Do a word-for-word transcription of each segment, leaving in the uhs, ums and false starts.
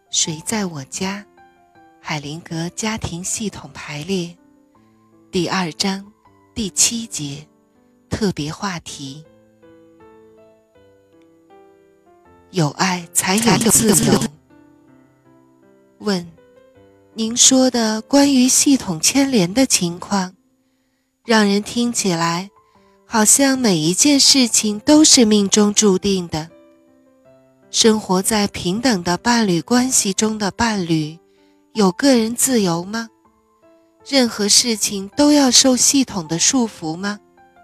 谁在我家？海灵格家庭系统排列，第二章第七节，特别话题。有爱才有自由。问：您说的关于系统牵连的情况，让人听起来好像每一件事情都是命中注定的。生活在平等的伴侣关系中的伴侣，有个人自由吗？任何事情都要受系统的束缚吗？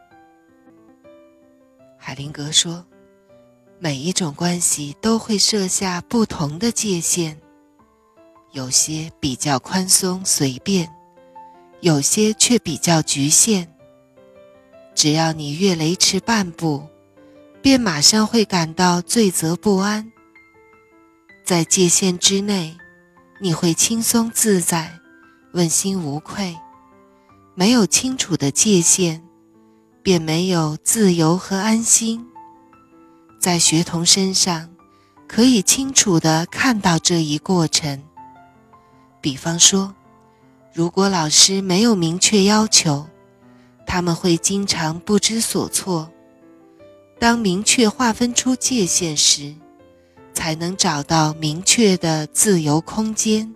海灵格说，每一种关系都会设下不同的界限，有些比较宽松随便，有些却比较局限。只要你越雷池半步，便马上会感到罪责不安。在界限之内，你会轻松自在，问心无愧。没有清楚的界限，便没有自由和安心。在学童身上，可以清楚地看到这一过程。比方说，如果老师没有明确要求，他们会经常不知所措。当明确划分出界限时，才能找到明确的自由空间。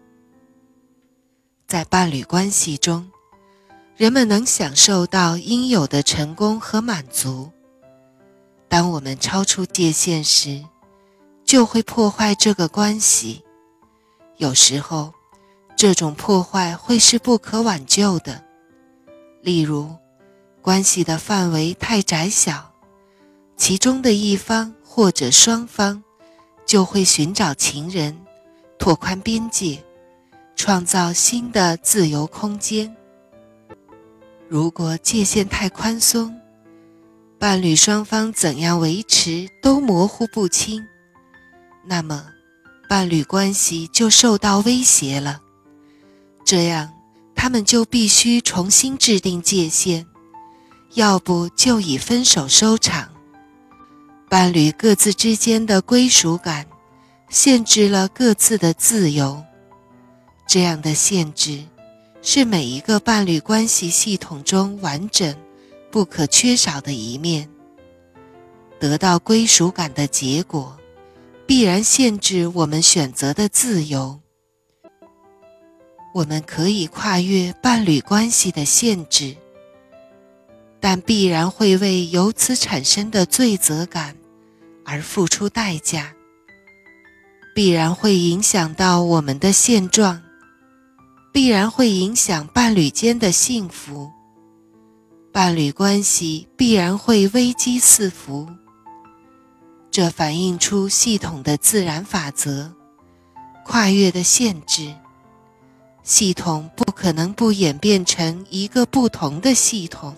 在伴侣关系中，人们能享受到应有的成功和满足。当我们超出界限时，就会破坏这个关系。有时候，这种破坏会是不可挽救的。例如，关系的范围太窄小，其中的一方或者双方就会寻找情人，拓宽边界，创造新的自由空间。如果界限太宽松，伴侣双方怎样维持都模糊不清，那么伴侣关系就受到威胁了。这样，他们就必须重新制定界限，要不就以分手收场。伴侣各自之间的归属感限制了各自的自由，这样的限制是每一个伴侣关系系统中完整不可缺少的一面。得到归属感的结果，必然限制我们选择的自由。我们可以跨越伴侣关系的限制，但必然会为由此产生的罪责感而付出代价，必然会影响到我们的现状，必然会影响伴侣间的幸福，伴侣关系必然会危机四伏。这反映出系统的自然法则，跨越的限制。系统不可能不演变成一个不同的系统。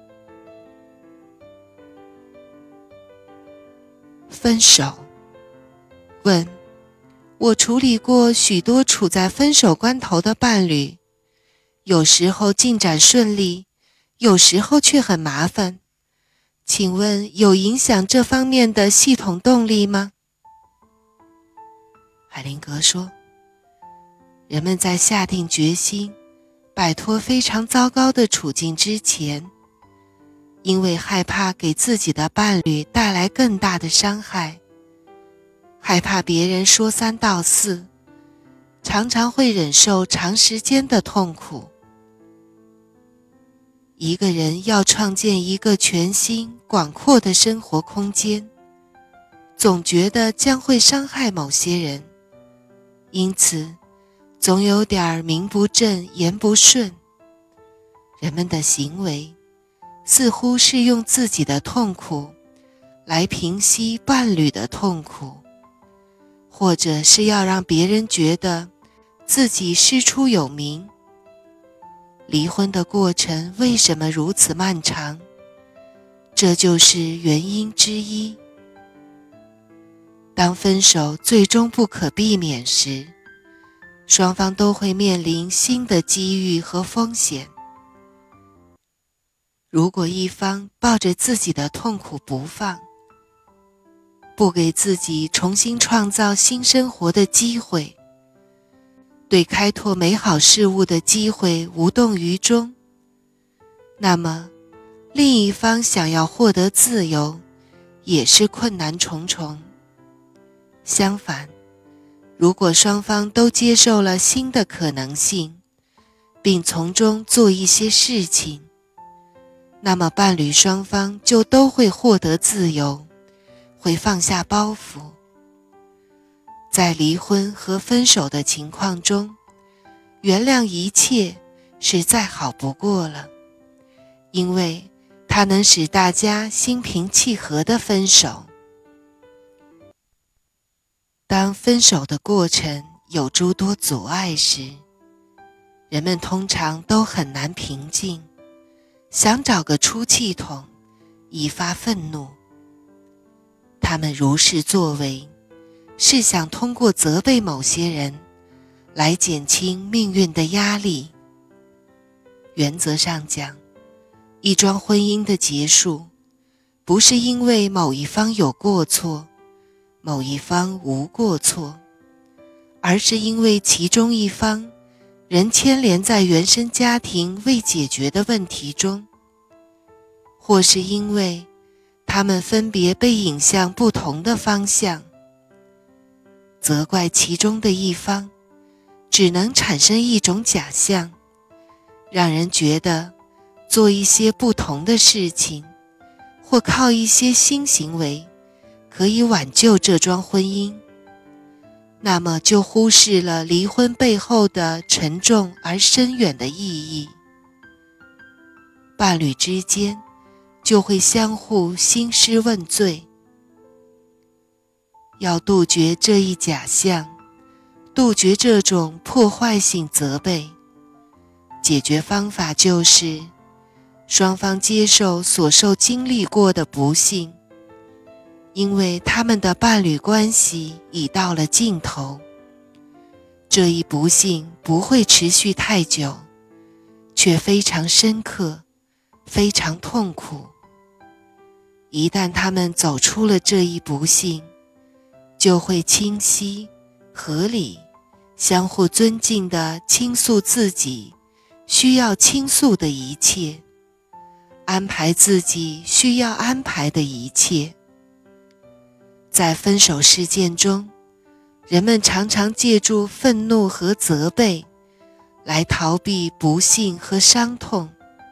分手。问：我处理过许多处在分手关头的伴侣，有时候进展顺利，有时候却很麻烦。请问有影响这方面的系统动力吗？海灵格说，人们在下定决心摆脱非常糟糕的处境之前，因为害怕给自己的伴侣带来更大的伤害，害怕别人说三道四，常常会忍受长时间的痛苦。一个人要创建一个全新广阔的生活空间，总觉得将会伤害某些人，因此总有点名不正言不顺。人们的行为似乎是用自己的痛苦来平息伴侣的痛苦，或者是要让别人觉得自己师出有名。离婚的过程为什么如此漫长？这就是原因之一。当分手最终不可避免时，双方都会面临新的机遇和风险。如果一方抱着自己的痛苦不放， 不给自己重新创造新生活的机会，对开拓美好事物的机会无动于衷，那么另一方想要获得自由也是困难重重。相反，如果双方都接受了新的可能性，并从中做一些事情，那么伴侣双方就都会获得自由，会放下包袱。在离婚和分手的情况中，原谅一切是再好不过了，因为它能使大家心平气和地分手。当分手的过程有诸多阻碍时，人们通常都很难平静，想找个出气筒以发愤怒。他们如是作为，是想通过责备某些人来减轻命运的压力。原则上讲，一桩婚姻的结束，不是因为某一方有过错，某一方无过错，而是因为其中一方仍牵连在原生家庭未解决的问题中，或是因为他们分别被引向不同的方向。责怪其中的一方，只能产生一种假象，让人觉得做一些不同的事情，或靠一些新行为可以挽救这桩婚姻，那么就忽视了离婚背后的沉重而深远的意义。伴侣之间就会相互兴师问罪。要杜绝这一假象，杜绝这种破坏性责备，解决方法就是双方接受所受经历过的不幸，因为他们的伴侣关系已到了尽头。这一不幸不会持续太久，却非常深刻，非常痛苦。一旦他们走出了这一不幸，就会清晰、合理、相互尊敬地倾诉自己需要倾诉的一切，安排自己需要安排的一切。在分手事件中，人们常常借助愤怒和责备来逃避不幸和伤痛。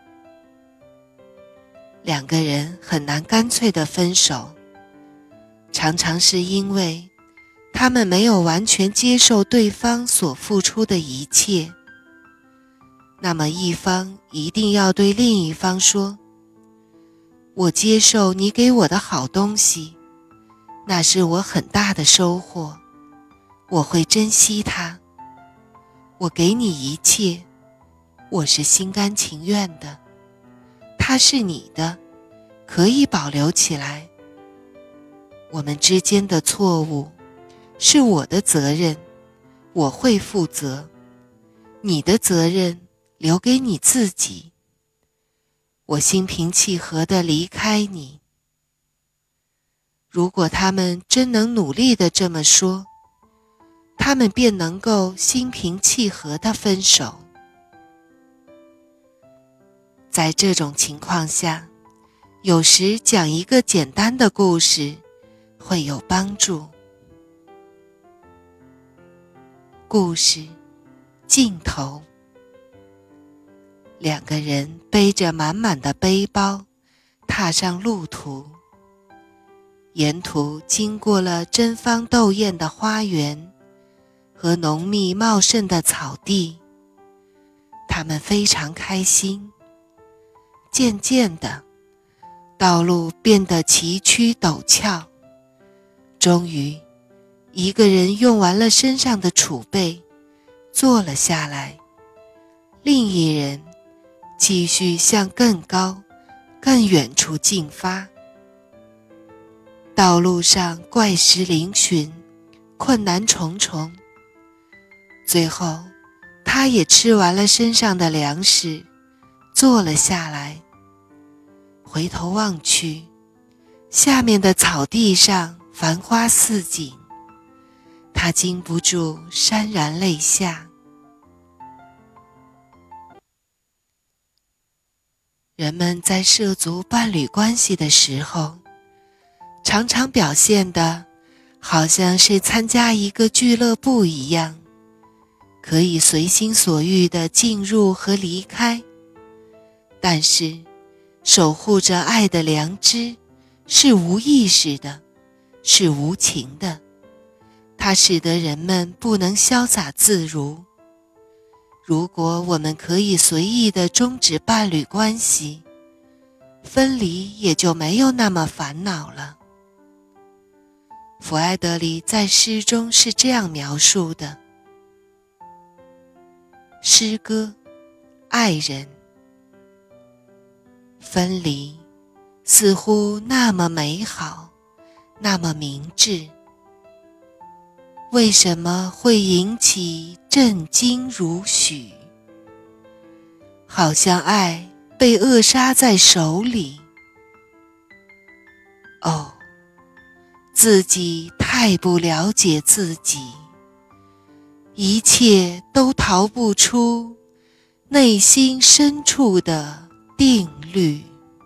两个人很难干脆地分手，常常是因为他们没有完全接受对方所付出的一切。那么一方一定要对另一方说，我接受你给我的好东西，那是我很大的收获，我会珍惜它。我给你一切，我是心甘情愿的，它是你的，可以保留起来。我们之间的错误是我的责任，我会负责，你的责任留给你自己。我心平气和地离开你。如果他们真能努力地这么说，他们便能够心平气和地分手。在这种情况下，有时讲一个简单的故事会有帮助。故事尽头。两个人背着满满的背包，踏上路途。沿途经过了争芳斗艳的花园和浓密茂盛的草地，他们非常开心。渐渐的，道路变得崎岖陡峭，终于一个人用完了身上的储备，坐了下来，另一人继续向更高、更远处进发。道路上怪石嶙峋，困难重重。最后，他也吃完了身上的粮食，坐了下来。回头望去，下面的草地上繁花似锦，他禁不住潸然泪下。人们在涉足伴侣关系的时候，常常表现得好像是参加一个俱乐部一样，可以随心所欲地进入和离开。但是，守护着爱的良知是无意识的，是无情的，它使得人们不能潇洒自如。如果我们可以随意地终止伴侣关系，分离也就没有那么烦恼了。弗埃德里在诗中是这样描述的：诗歌，爱人。分离似乎那么美好，那么明智，为什么会引起震惊如许？好像爱被扼杀在手里。哦，自己太不了解自己，一切都逃不出内心深处的定律。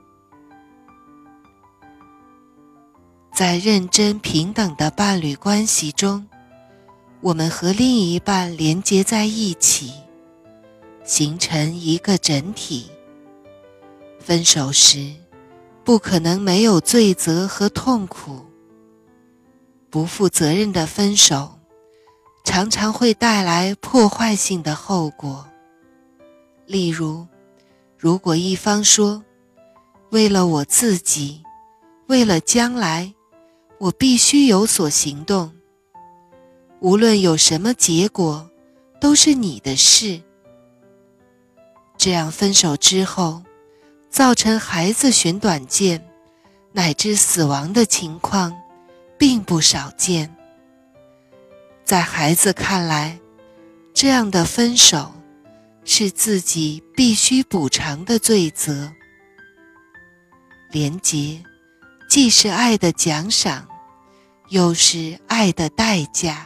在认真平等的伴侣关系中，我们和另一半连结在一起，形成一个整体。分手时，不可能没有罪责和痛苦。不负责任的分手，常常会带来破坏性的后果。例如，如果一方说，为了我自己，为了将来，我必须有所行动，无论有什么结果，都是你的事。这样分手之后，造成孩子选短见，乃至死亡的情况，并不少见。在孩子看来，这样的分手是自己必须补偿的罪责。连结既是爱的奖赏，又是爱的代价。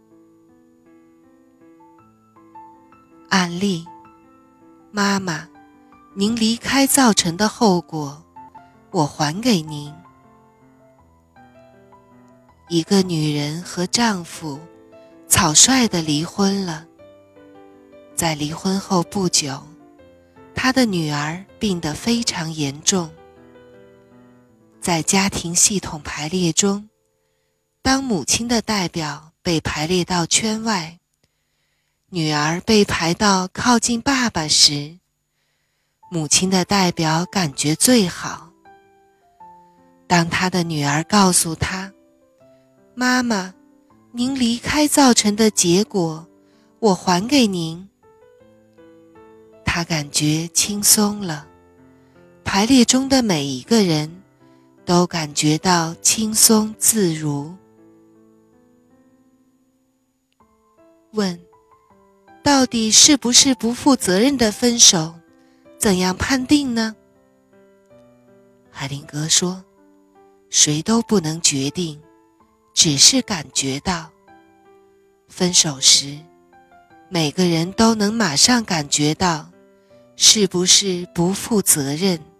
案例：妈妈，您离开造成的后果，我还给您。一个女人和丈夫草率地离婚了。在离婚后不久，她的女儿病得非常严重。在家庭系统排列中，当母亲的代表被排列到圈外，女儿被排到靠近爸爸时，母亲的代表感觉最好。当她的女儿告诉她，妈妈，您离开造成的结果，我还给您，她感觉轻松了。排列中的每一个人都感觉到轻松自如。问：到底是不是不负责任的分手？怎样判定呢？海灵格说，谁都不能决定，只是感觉到。分手时，每个人都能马上感觉到是不是不负责任。